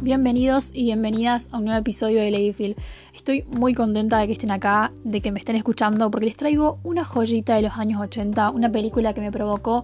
bienvenidos y bienvenidas a un nuevo episodio de Ladyfield. Estoy muy contenta de que estén acá, de que me estén escuchando, porque les traigo una joyita de los años 80, una película que me provocó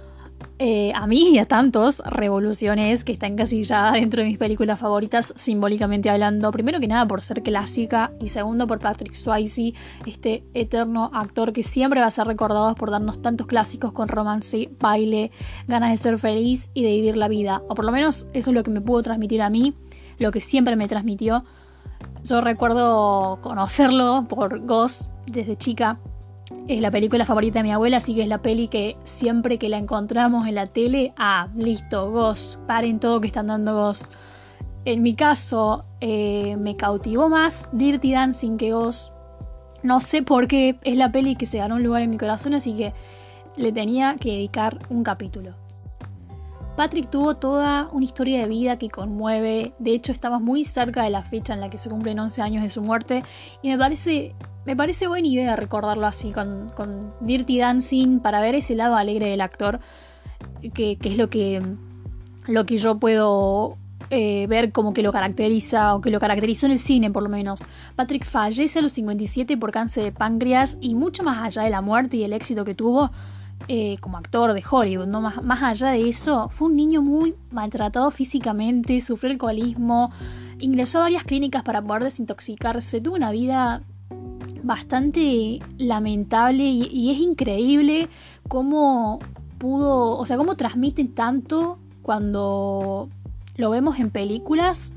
a mí y a tantos revoluciones, que está encasillada dentro de mis películas favoritas, simbólicamente hablando. Primero que nada por ser clásica y segundo por Patrick Swayze, este eterno actor que siempre va a ser recordado por darnos tantos clásicos con romance, baile, ganas de ser feliz y de vivir la vida. O por lo menos eso es lo que me pudo transmitir a mí, lo que siempre me transmitió. Yo recuerdo conocerlo por Ghost desde chica. Es la película favorita de mi abuela, así que es la peli que siempre que la encontramos en la tele, listo, Ghost, paren todo que están dando Ghost. En mi caso, me cautivó más Dirty Dancing que Ghost. No sé por qué, es la peli que se ganó un lugar en mi corazón, así que le tenía que dedicar un capítulo. Patrick tuvo toda una historia de vida que conmueve. De hecho, estamos muy cerca de la fecha en la que se cumplen 11 años de su muerte, y me parece buena idea recordarlo así, con Dirty Dancing, para ver ese lado alegre del actor, que es lo que yo puedo ver como que lo caracteriza, o que lo caracterizó en el cine por lo menos. Patrick fallece a los 57 por cáncer de páncreas, y mucho más allá de la muerte y el éxito que tuvo como actor de Hollywood, ¿no? Más allá de eso, fue un niño muy maltratado físicamente, sufrió alcoholismo, ingresó a varias clínicas para poder desintoxicarse, tuvo una vida bastante lamentable, y es increíble cómo pudo, o sea, cómo transmiten tanto cuando lo vemos en películas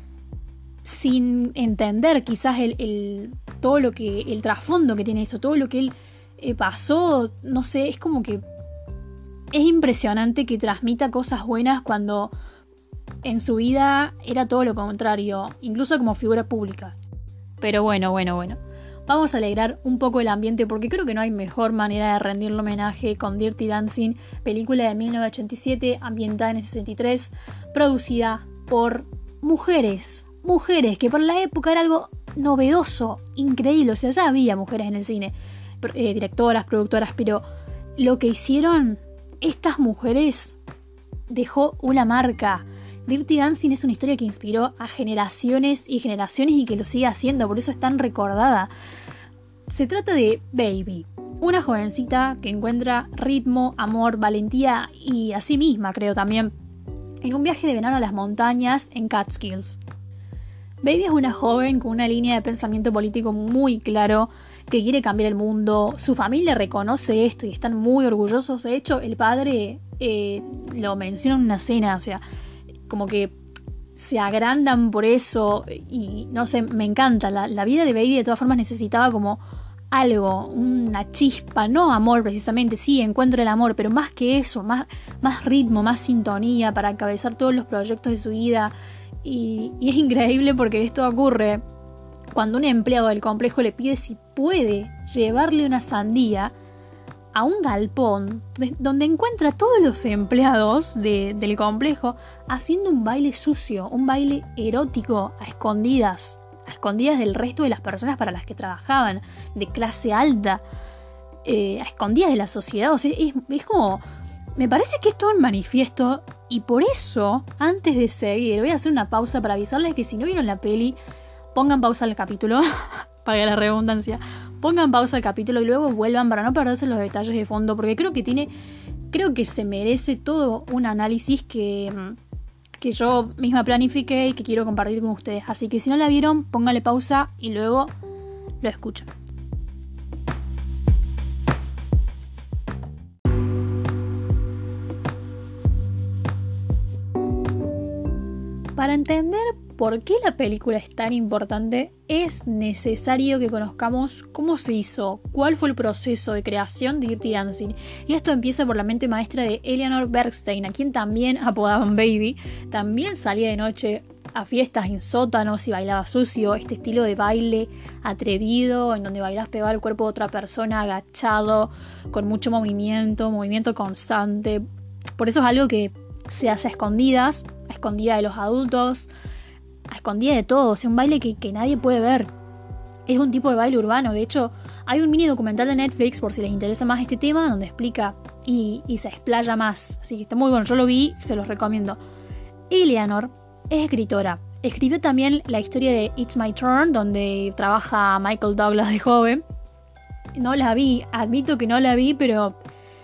sin entender quizás todo lo que, el trasfondo que tiene eso, todo lo que él pasó. No sé, es como que es impresionante que transmita cosas buenas cuando en su vida era todo lo contrario, incluso como figura pública. Pero bueno. Vamos a alegrar un poco el ambiente, porque creo que no hay mejor manera de rendirle homenaje con Dirty Dancing, película de 1987, ambientada en el 63, producida por mujeres, que para la época era algo novedoso, increíble. O sea, ya había mujeres en el cine, directoras, productoras, pero lo que hicieron estas mujeres dejó una marca. Dirty Dancing es una historia que inspiró a generaciones y generaciones, y que lo sigue haciendo, por eso es tan recordada. Se trata de Baby, una jovencita que encuentra ritmo, amor, valentía y a sí misma, creo también, en un viaje de verano a las montañas en Catskills. Baby es una joven con una línea de pensamiento político muy claro, que quiere cambiar el mundo. Su familia reconoce esto y están muy orgullosos. De hecho, el padre lo menciona en una escena, o sea, como que se agrandan por eso, y no sé, me encanta. La vida de Baby de todas formas necesitaba como algo, una chispa, no amor precisamente, sí, encuentra el amor, pero más que eso, más ritmo, más sintonía para encabezar todos los proyectos de su vida. Y es increíble porque esto ocurre cuando un empleado del complejo le pide si puede llevarle una sandía a un galpón donde encuentra a todos los empleados del complejo haciendo un baile sucio, un baile erótico a escondidas del resto de las personas para las que trabajaban, de clase alta, a escondidas de la sociedad. O sea, es como, me parece que es todo un manifiesto, y por eso, antes de seguir, voy a hacer una pausa para avisarles que si no vieron la peli, pongan pausa al capítulo, para la redundancia. Pongan pausa al capítulo y luego vuelvan para no perderse los detalles de fondo, porque creo que se merece todo un análisis que yo misma planifiqué y que quiero compartir con ustedes. Así que si no la vieron, pónganle pausa y luego lo escuchan. Para entender por qué la película es tan importante, es necesario que conozcamos cómo se hizo, cuál fue el proceso de creación de Dirty Dancing. Y esto empieza por la mente maestra de Eleanor Bergstein, a quien también apodaban Baby. También salía de noche a fiestas en sótanos y bailaba sucio, este estilo de baile atrevido, en donde bailas pegado al cuerpo de otra persona, agachado, con mucho movimiento constante. Por eso es algo que se hace a escondidas de los adultos, a escondida de todo. O sea, un baile que nadie puede ver. Es un tipo de baile urbano. De hecho, hay un mini documental de Netflix, por si les interesa más este tema, donde explica y se explaya más. Así que está muy bueno, yo lo vi, se los recomiendo. Eleanor es escritora. Escribió también la historia de It's My Turn, donde trabaja Michael Douglas de joven. No la vi, admito que no la vi, pero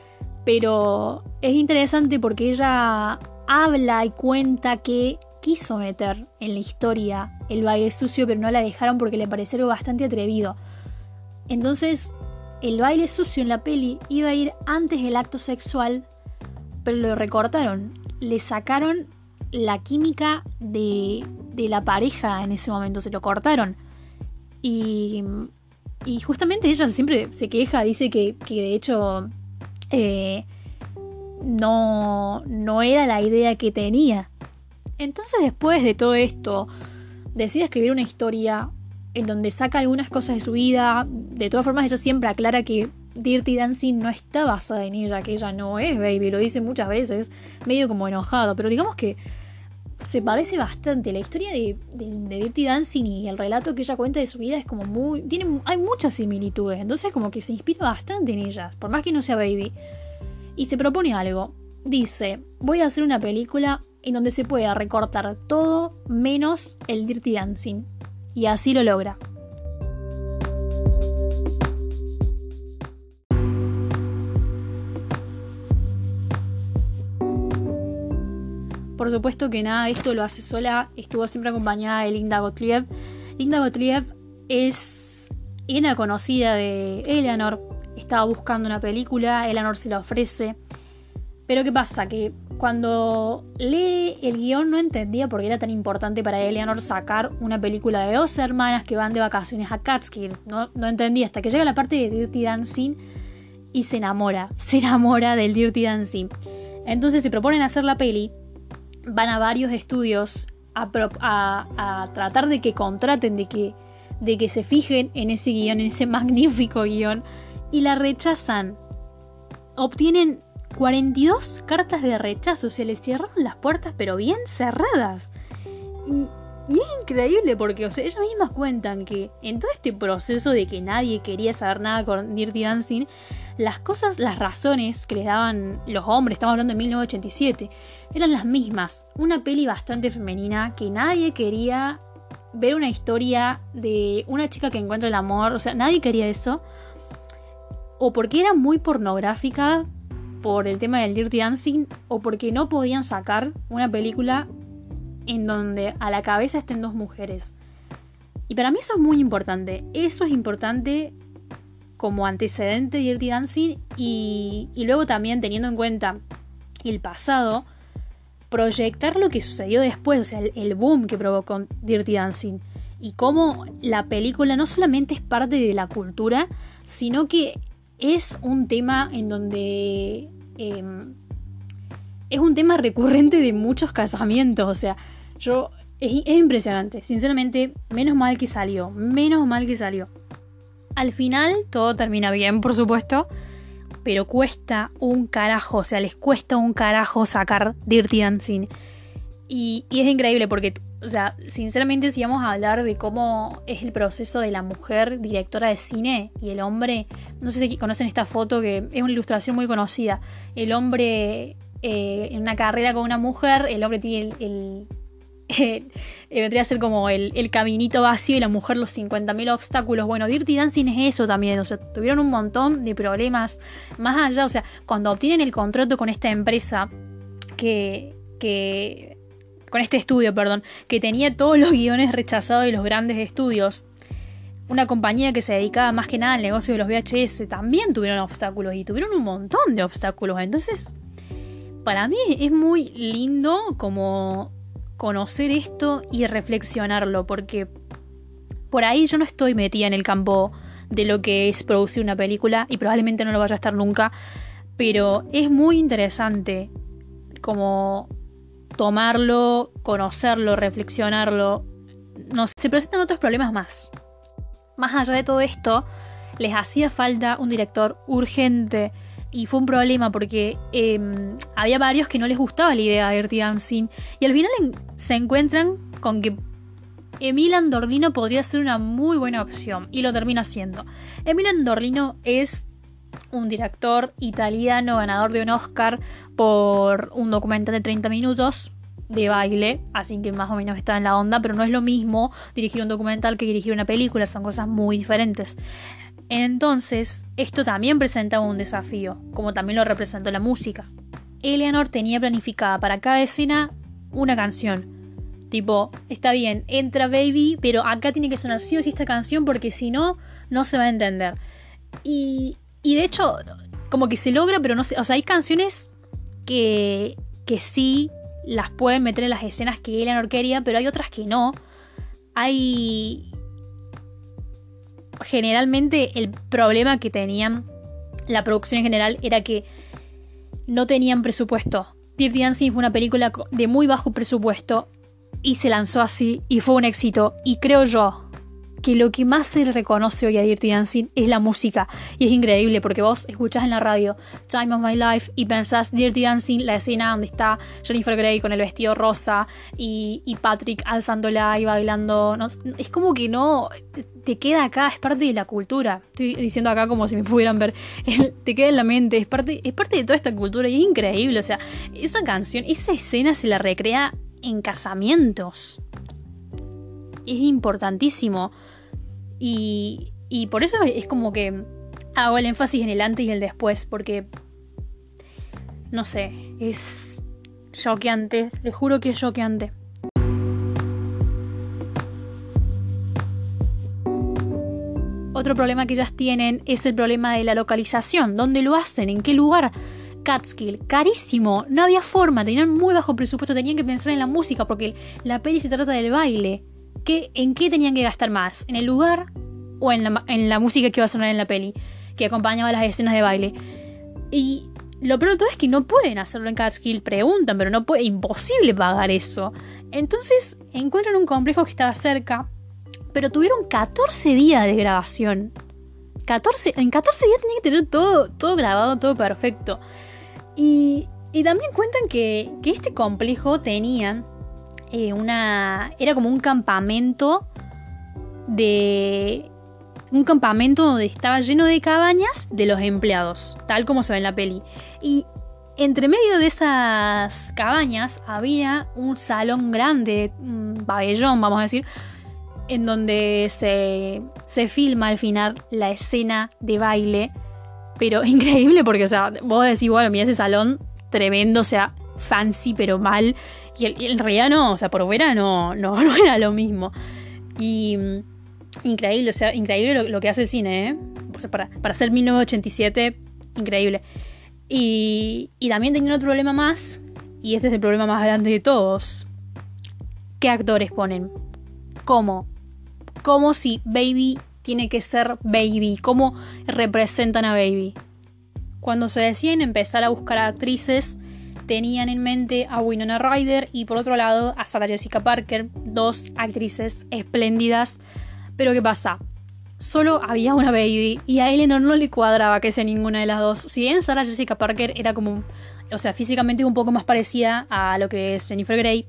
es interesante porque ella habla y cuenta que quiso meter en la historia el baile sucio, pero no la dejaron porque le pareció algo bastante atrevido. Entonces, el baile sucio en la peli iba a ir antes del acto sexual, pero lo recortaron. Le sacaron la química de la pareja en ese momento, se lo cortaron. Y justamente ella siempre se queja, dice que de hecho no era la idea que tenía. Entonces, después de todo esto, decide escribir una historia en donde saca algunas cosas de su vida. De todas formas, ella siempre aclara que Dirty Dancing no está basada en ella, que ella no es Baby, lo dice muchas veces, medio como enojado, pero digamos que se parece bastante. La historia de Dirty Dancing y el relato que ella cuenta de su vida es como hay muchas similitudes, entonces como que se inspira bastante en ella, por más que no sea Baby. Y se propone algo, dice, voy a hacer una película en donde se pueda recortar todo menos el Dirty Dancing, y así lo logra. Por supuesto que nada de esto lo hace sola, estuvo siempre acompañada de Linda Gottlieb. Linda Gottlieb era conocida de Eleanor, estaba buscando una película, Eleanor se la ofrece. Pero ¿qué pasa? Que cuando lee el guión no entendía por qué era tan importante para Eleanor sacar una película de 2 hermanas que van de vacaciones a Catskill. No entendía hasta que llega la parte de Dirty Dancing y se enamora del Dirty Dancing. Entonces se proponen hacer la peli. Van a varios estudios a tratar de que contraten, de que se fijen en ese guión, en ese magnífico guión, y la rechazan. Obtienen 42 cartas de rechazo, se les cerraron las puertas, pero bien cerradas. Y es increíble porque, o sea, ellas mismas cuentan que en todo este proceso de que nadie quería saber nada con Dirty Dancing, las razones que les daban los hombres, estamos hablando de 1987, eran las mismas. Una peli bastante femenina, que nadie quería ver una historia de una chica que encuentra el amor, o sea, nadie quería eso. O porque era muy pornográfica por el tema del Dirty Dancing, o porque no podían sacar una película en donde a la cabeza estén 2 mujeres. Y para mí eso es muy importante. Eso es importante como antecedente de Dirty Dancing y luego también teniendo en cuenta el pasado, proyectar lo que sucedió después, o sea, el boom que provocó Dirty Dancing y cómo la película no solamente es parte de la cultura, sino que es un tema en donde es un tema recurrente de muchos casamientos, o sea, es impresionante, sinceramente, menos mal que salió. Al final todo termina bien, por supuesto, pero cuesta un carajo, o sea, les cuesta un carajo sacar Dirty Dancing. Y es increíble porque, o sea, sinceramente, si vamos a hablar de cómo es el proceso de la mujer directora de cine y el hombre, no sé si conocen esta foto que es una ilustración muy conocida. El hombre en una carrera con una mujer, el hombre tiene vendría a ser como el caminito vacío y la mujer los 50.000 obstáculos. Bueno, Dirty Dancing es eso también, o sea, tuvieron un montón de problemas más allá, o sea, cuando obtienen el contrato con esta empresa con este estudio, que tenía todos los guiones rechazados de los grandes estudios, una compañía que se dedicaba más que nada al negocio de los VHS, también tuvieron obstáculos y tuvieron un montón de obstáculos. Entonces, para mí es muy lindo como conocer esto y reflexionarlo, porque por ahí yo no estoy metida en el campo de lo que es producir una película y probablemente no lo vaya a estar nunca, pero es muy interesante como tomarlo, conocerlo, reflexionarlo. No sé, se presentan otros problemas más. Más allá de todo esto, les hacía falta un director urgente. Y fue un problema porque había varios que no les gustaba la idea de Dirty Dancing. Y al final se encuentran con que Emile Andorlino podría ser una muy buena opción. Y lo termina siendo. Emile Andorlino es un director italiano ganador de un Oscar por un documental de 30 minutos. de baile, así que más o menos está en la onda, pero no es lo mismo dirigir un documental que dirigir una película, son cosas muy diferentes. Entonces, esto también presentaba un desafío, como también lo representó la música. Eleanor tenía planificada para cada escena una canción. Tipo, está bien, entra Baby, pero acá tiene que sonar sí o sí esta canción porque si no, no se va a entender. Y de hecho, como que se logra, pero no sé, o sea, hay canciones que sí las pueden meter en las escenas que Eleanor quería, pero hay otras que no. Generalmente el problema que tenían la producción en general era que no tenían presupuesto. Dirty Dancing fue una película de muy bajo presupuesto y se lanzó así y fue un éxito. Y creo yo que lo que más se le reconoce hoy a Dirty Dancing es la música. Y es increíble porque vos escuchás en la radio Time of My Life y pensás Dirty Dancing, la escena donde está Jennifer Grey con el vestido rosa y Patrick alzándola y bailando. No, es como que no te queda acá, es parte de la cultura. Estoy diciendo acá como si me pudieran ver. Te queda en la mente, es parte de toda esta cultura y es increíble. O sea, esa canción, esa escena se la recrea en casamientos. Es importantísimo. Y por eso es como que hago el énfasis en el antes y el después, porque no sé, es choqueante, les juro que es choqueante. Otro problema que ellas tienen es el problema de la localización. ¿Dónde lo hacen? ¿En qué lugar? Catskill, carísimo, no había forma, tenían muy bajo presupuesto, tenían que pensar en la música porque la peli se trata del baile. ¿En qué tenían que gastar más? ¿En el lugar o en la música que iba a sonar en la peli? Que acompañaba las escenas de baile. Y lo peor de todo es que no pueden hacerlo en Catskill. Preguntan, pero no puede, imposible pagar eso. Entonces encuentran un complejo que estaba cerca, pero tuvieron 14 días de grabación. En 14 días tenían que tener todo grabado, todo perfecto. Y también cuentan que este complejo tenía... era como un campamento donde estaba lleno de cabañas de los empleados, tal como se ve en la peli. Y entre medio de esas cabañas había un salón grande, un pabellón, vamos a decir, en donde se filma al final la escena de baile. Pero increíble porque, o sea, vos decís, bueno, mira ese salón tremendo, o sea, fancy pero mal. Y en realidad no, o sea, por fuera no era lo mismo. Y increíble, o sea, increíble lo que hace el cine, ¿eh? O sea, para ser 1987, increíble. Y también tenía otro problema más, y este es el problema más grande de todos. ¿Qué actores ponen? ¿Cómo si Baby tiene que ser Baby? ¿Cómo representan a Baby? Cuando se deciden empezar a buscar actrices, tenían en mente a Winona Ryder y por otro lado a Sarah Jessica Parker, dos actrices espléndidas. Pero ¿qué pasa? Solo había una Baby y a Eleanor no le cuadraba que sea ninguna de las dos. Si bien Sarah Jessica Parker era como, o sea, físicamente un poco más parecida a lo que es Jennifer Grey,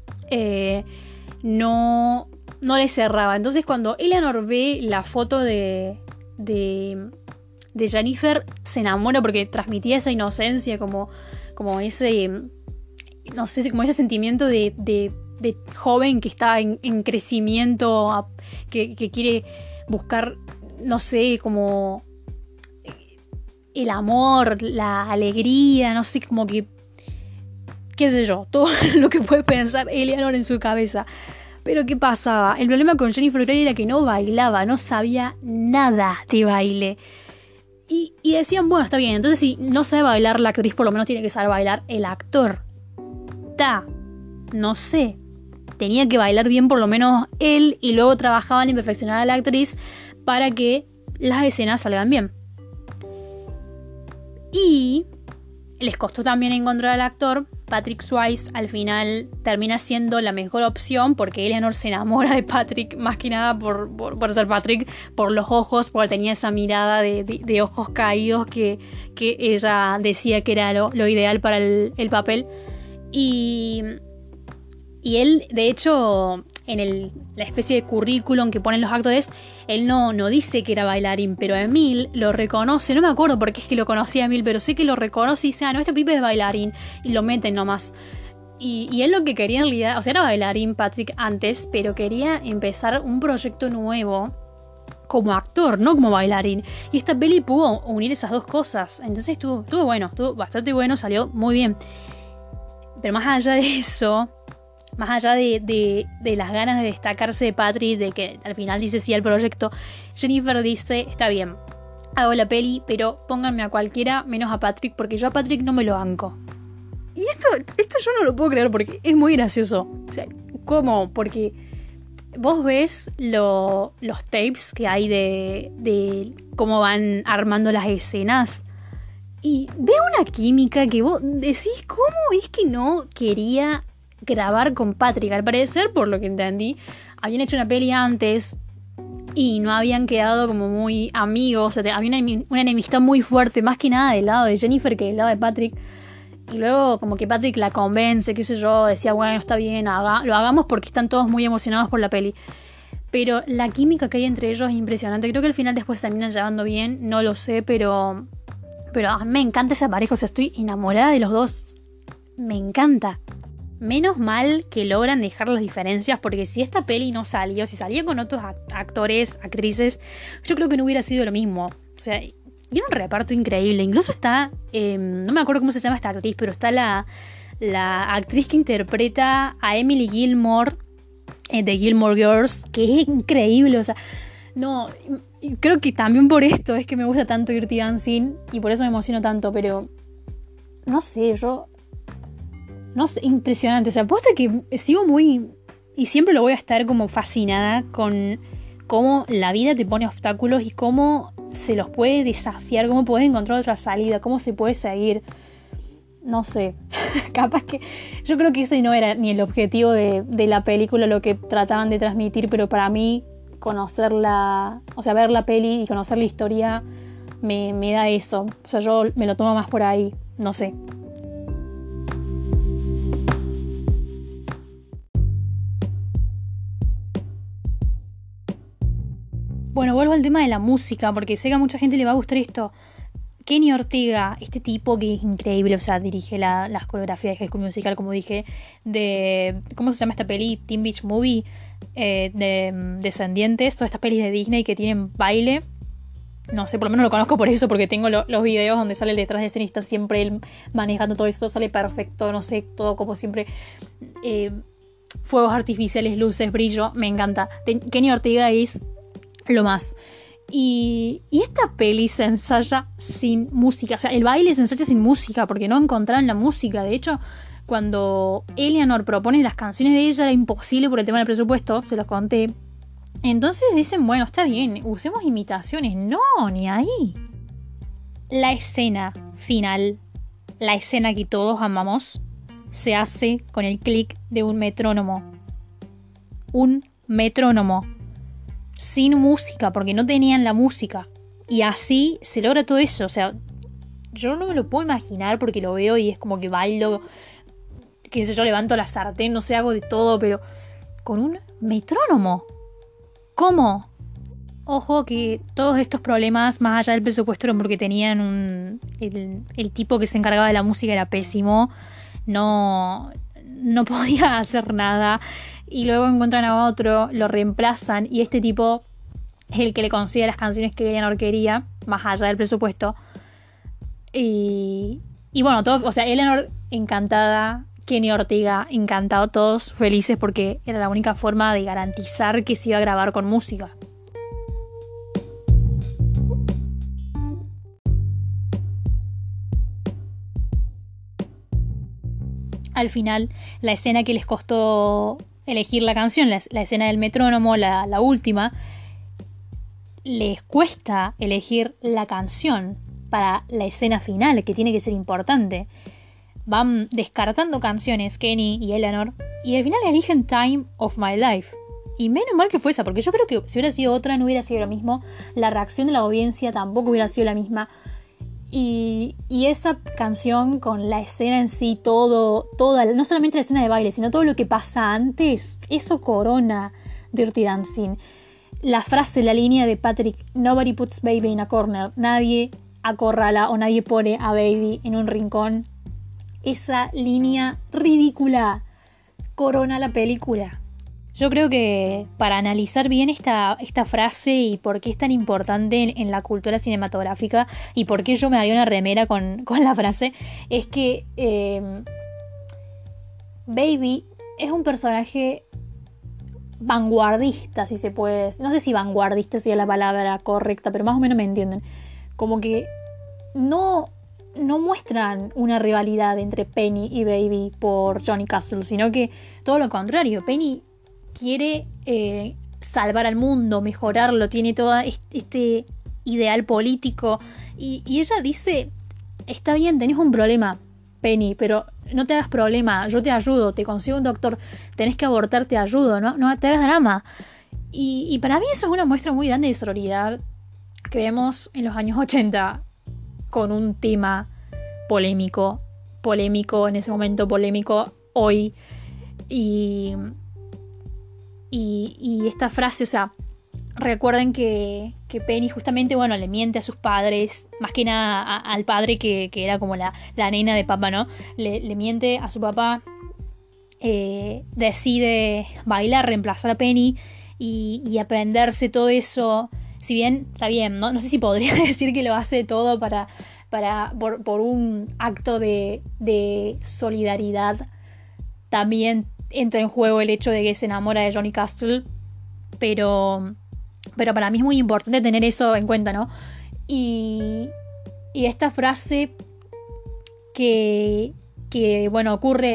no le cerraba. Entonces cuando Eleanor ve la foto de Jennifer, se enamora porque transmitía esa inocencia, como ese, no sé, como ese sentimiento de joven que está en crecimiento, que quiere buscar, no sé, como el amor, la alegría, no sé, como que, qué sé yo, todo lo que puede pensar Eleanor en su cabeza. Pero ¿qué pasaba? El problema con Jennifer Grey era que no bailaba, no sabía nada de baile. Y decían, bueno, está bien, entonces si no sabe bailar la actriz, por lo menos tiene que saber bailar el actor. No sé. Tenía que bailar bien por lo menos él y luego trabajaban en perfeccionar a la actriz para que las escenas salgan bien. Y les costó también encontrar al actor. Patrick Swayze al final termina siendo la mejor opción porque Eleanor se enamora de Patrick más que nada por ser Patrick, por los ojos, porque tenía esa mirada de ojos caídos que ella decía que era lo ideal para el papel. Y él, de hecho, en la especie de currículum que ponen los actores, él no dice que era bailarín, pero Emil lo reconoce. No me acuerdo por qué es que lo conocía Emil, pero sé que lo reconoce y dice, no, este pibe es bailarín. Y lo meten nomás. Y él lo que quería en realidad, o sea, era bailarín Patrick antes, pero quería empezar un proyecto nuevo como actor, no como bailarín. Y esta peli pudo unir esas dos cosas. Entonces estuvo bueno, estuvo bastante bueno, salió muy bien. Pero más allá de eso, más allá de las ganas de destacarse de Patrick, de que al final dice sí al proyecto, Jennifer dice, está bien, hago la peli, pero pónganme a cualquiera menos a Patrick, porque yo a Patrick no me lo banco. Y esto yo no lo puedo creer porque es muy gracioso. O sea, ¿cómo? Porque vos ves los tapes que hay de cómo van armando las escenas y ves una química que vos decís, ¿cómo es que no quería grabar con Patrick? Al parecer, por lo que entendí, habían hecho una peli antes y no habían quedado como muy amigos. O sea, había una enemistad muy fuerte, más que nada del lado de Jennifer que del lado de Patrick. Y luego como que Patrick la convence, qué sé yo, decía, bueno, está bien, lo hagamos porque están todos muy emocionados por la peli. Pero la química que hay entre ellos es impresionante. Creo que al final después se terminan llevando bien, no lo sé, pero a mí me encanta esa pareja, o sea, estoy enamorada de los dos. Me encanta. Menos mal que logran dejar las diferencias, porque si esta peli no salió, si salía con otros actores, actrices, yo creo que no hubiera sido lo mismo. O sea, tiene un reparto increíble. Incluso está, no me acuerdo cómo se llama esta actriz, pero está la actriz que interpreta a Emily Gilmore de Gilmore Girls, que es increíble. O sea, no, creo que también por esto es que me gusta tanto Dirty Dancing y por eso me emociono tanto, pero no sé, impresionante. O sea, aposta que sigo muy, y siempre lo voy a estar como fascinada con cómo la vida te pone obstáculos y cómo se los puede desafiar, cómo puedes encontrar otra salida, cómo se puede seguir. No sé, capaz que yo creo que ese no era ni el objetivo de la película, lo que trataban de transmitir, pero para mí conocerla, o sea, ver la peli y conocer la historia me da eso. O sea, yo me lo tomo más por ahí, no sé. Bueno, vuelvo al tema de la música, porque sé que a mucha gente le va a gustar esto. Kenny Ortega, este tipo que es increíble, o sea, dirige las coreografías de High School Musical, como dije, de... ¿Cómo se llama esta peli? Teen Beach Movie, de Descendientes, todas estas pelis de Disney que tienen baile. No sé, por lo menos lo conozco por eso, porque tengo los videos donde sale el detrás de escena y está siempre él manejando todo esto, sale perfecto, no sé, todo como siempre... fuegos artificiales, luces, brillo, me encanta. Kenny Ortega es lo más. Y esta peli se ensaya sin música. O sea, el baile se ensaya sin música porque no encontraron la música. De hecho, cuando Eleanor propone las canciones de ella era imposible por el tema del presupuesto, se los conté. Entonces dicen, bueno, está bien, usemos imitaciones. No, ni ahí. La escena final, la escena que todos amamos, se hace con el clic de un metrónomo. Un metrónomo. Sin música, porque no tenían la música. Y así se logra todo eso. O sea, yo no me lo puedo imaginar porque lo veo y es como que bailo, qué sé yo, levanto la sartén, no sé, hago de todo, pero con un metrónomo. ¿Cómo? Ojo que todos estos problemas, más allá del presupuesto, eran porque tenían el tipo que se encargaba de la música era pésimo. No podía hacer nada. Y luego encuentran a otro, lo reemplazan y este tipo es el que le consigue las canciones que Eleanor quería, más allá del presupuesto. Y bueno, todos, o sea, Eleanor encantada, Kenny Ortega encantado, todos felices porque era la única forma de garantizar que se iba a grabar con música. Al final, la escena que les costó elegir la canción, la escena del metrónomo, la última, les cuesta elegir la canción para la escena final, que tiene que ser importante. Van descartando canciones, Kenny y Eleanor, y al final eligen Time of My Life. Y menos mal que fue esa, porque yo creo que si hubiera sido otra no hubiera sido lo mismo. La reacción de la audiencia tampoco hubiera sido la misma. Y esa canción con la escena en sí, toda, no solamente la escena de baile, sino todo lo que pasa antes, eso corona Dirty Dancing. La frase, la línea de Patrick, nobody puts baby in a corner, nadie acorrala o nadie pone a baby en un rincón. esa línea ridícula corona la película. Yo creo que para analizar bien esta frase y por qué es tan importante en la cultura cinematográfica y por qué yo me haría una remera con la frase, es que Baby es un personaje vanguardista, si se puede. No sé si vanguardista sería la palabra correcta, pero más o menos me entienden. Como que no muestran una rivalidad entre Penny y Baby por Johnny Castle, sino que todo lo contrario. Penny quiere salvar al mundo, mejorarlo, tiene todo este ideal político y ella dice, está bien, tenés un problema, Penny, pero no te hagas problema, yo te ayudo, te consigo un doctor, tenés que abortar, te ayudo, no te hagas drama. Y para mí eso es una muestra muy grande de sororidad que vemos en los años 80 con un tema polémico en ese momento, polémico hoy. Y esta frase, o sea, recuerden que Penny justamente, bueno, le miente a sus padres, más que nada al padre que era como la nena de papá, ¿no? Le miente a su papá, decide bailar, reemplazar a Penny y aprenderse todo eso. Si bien, está bien, no sé si podría decir que lo hace todo por un acto de solidaridad. También entra en juego el hecho de que se enamora de Johnny Castle, pero para mí es muy importante tener eso en cuenta, ¿no? Y esta frase que bueno, ocurre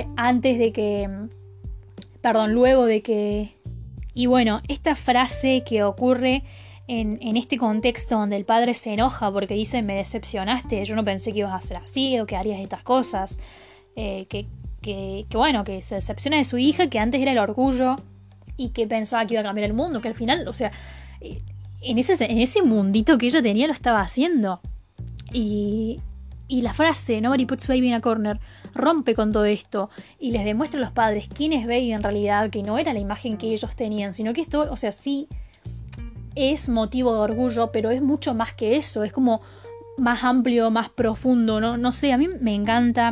luego de que... Y bueno, esta frase que ocurre en este contexto donde el padre se enoja porque dice, me decepcionaste, yo no pensé que ibas a hacer así o que harías estas cosas, que bueno, que se decepciona de su hija, que antes era el orgullo y que pensaba que iba a cambiar el mundo, que al final, o sea, en ese mundito que ella tenía lo estaba haciendo. Y la frase, nobody puts baby in a corner, rompe con todo esto y les demuestra a los padres quién es Baby en realidad, que no era la imagen que ellos tenían, sino que esto, o sea, sí es motivo de orgullo, pero es mucho más que eso, es como más amplio, más profundo, no sé, a mí me encanta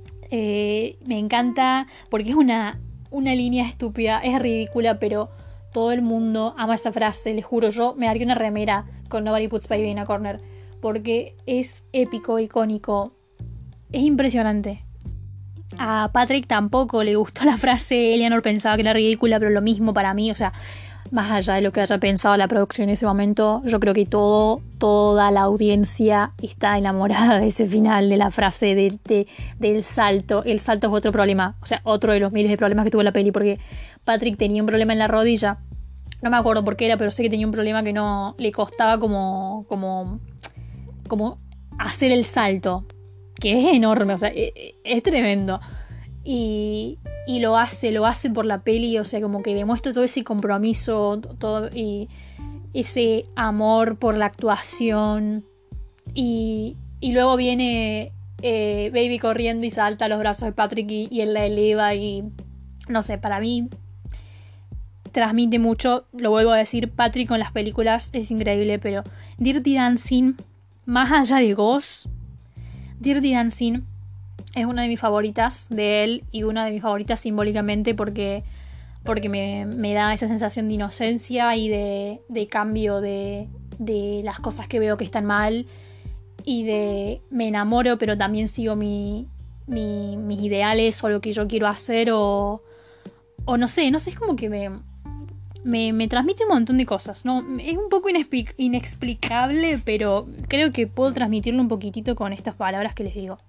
porque es una línea estúpida, es ridícula, pero todo el mundo ama esa frase, les juro, yo me haría una remera con Nobody Puts Baby in a Corner, porque es épico, icónico, es impresionante. A Patrick tampoco le gustó la frase, Eleanor pensaba que era ridícula, pero lo mismo para mí, o sea, más allá de lo que haya pensado la producción en ese momento, yo creo que toda la audiencia está enamorada de ese final, de la frase del salto. El salto es otro problema, o sea, otro de los miles de problemas que tuvo la peli, porque Patrick tenía un problema en la rodilla, no me acuerdo por qué era, pero sé que tenía un problema que no le costaba como hacer el salto, que es enorme, o sea, es tremendo. Y lo hace por la peli, o sea, como que demuestra todo ese compromiso, todo y ese amor por la actuación. Y luego viene Baby corriendo y salta a los brazos de Patrick y él la eleva y no sé, para mí transmite mucho, lo vuelvo a decir, Patrick con las películas es increíble, pero Dirty Dancing, más allá de Ghost, Dirty Dancing es una de mis favoritas de él y una de mis favoritas simbólicamente porque me da esa sensación de inocencia y de cambio de las cosas que veo que están mal y me enamoro pero también sigo mis ideales o lo que yo quiero hacer o no sé, es como que me transmite un montón de cosas, ¿no? Es un poco inexplicable, pero creo que puedo transmitirlo un poquitito con estas palabras que les digo.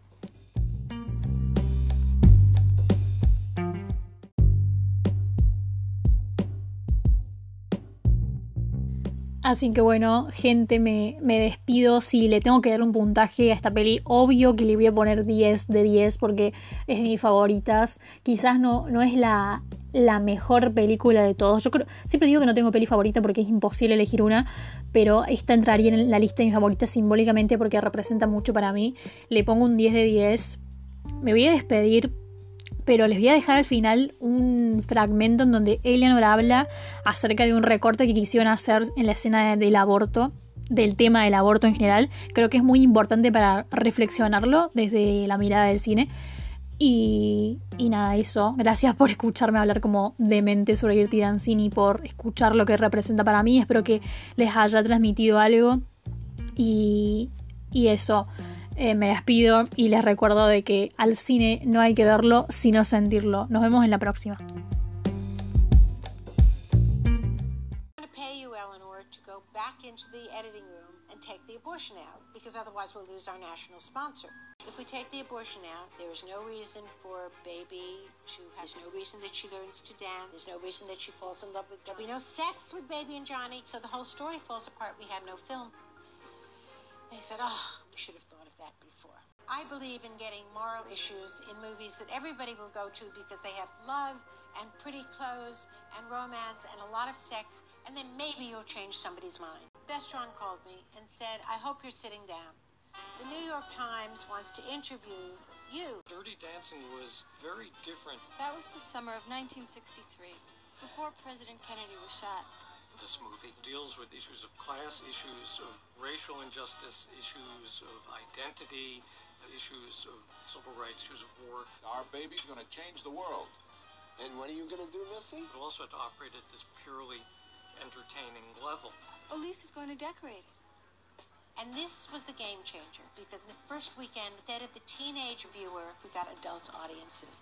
Así que bueno, gente, me despido. Si le tengo que dar un puntaje a esta peli, obvio que le voy a poner 10 de 10 porque es de mis favoritas. Quizás no es la mejor película de todos. Yo siempre digo que no tengo peli favorita porque es imposible elegir una, pero esta entraría en la lista de mis favoritas simbólicamente porque representa mucho para mí. Le pongo un 10 de 10. Me voy a despedir, pero les voy a dejar al final un fragmento en donde Eleanor habla acerca de un recorte que quisieron hacer en la escena del aborto, del tema del aborto en general. Creo que es muy importante para reflexionarlo desde la mirada del cine. Y nada, eso. Gracias por escucharme hablar como demente sobre Dirty Dancing y por escuchar lo que representa para mí. Espero que les haya transmitido algo. Y eso. Me despido y les recuerdo de que al cine no hay que verlo sino sentirlo. Nos vemos en la próxima. Back into the editing room and take the abortion out, because otherwise we'll lose our national sponsor. If we take the abortion out, there is no reason for baby to have, there's no reason that she learns to dance, there's no reason that she falls in love with, there'll be no sex with baby and Johnny, so the whole story falls apart. We have no film. They said, oh, we should have thought of that before. I believe in getting moral issues in movies that everybody will go to because they have love and pretty clothes and romance and a lot of sex, and then maybe you'll change somebody's mind. Bestron called me and said, I hope you're sitting down. The New York Times wants to interview you. Dirty Dancing was very different. That was the summer of 1963, before President Kennedy was shot. This movie deals with issues of class, issues of racial injustice, issues of identity, issues of civil rights, issues of war. Our baby's going to change the world. And what are you going to do, Missy? It also had to operate at this purely entertaining level. Elise is going to decorate it. And this was the game changer, because the first weekend, instead of the teenage viewer, we got adult audiences.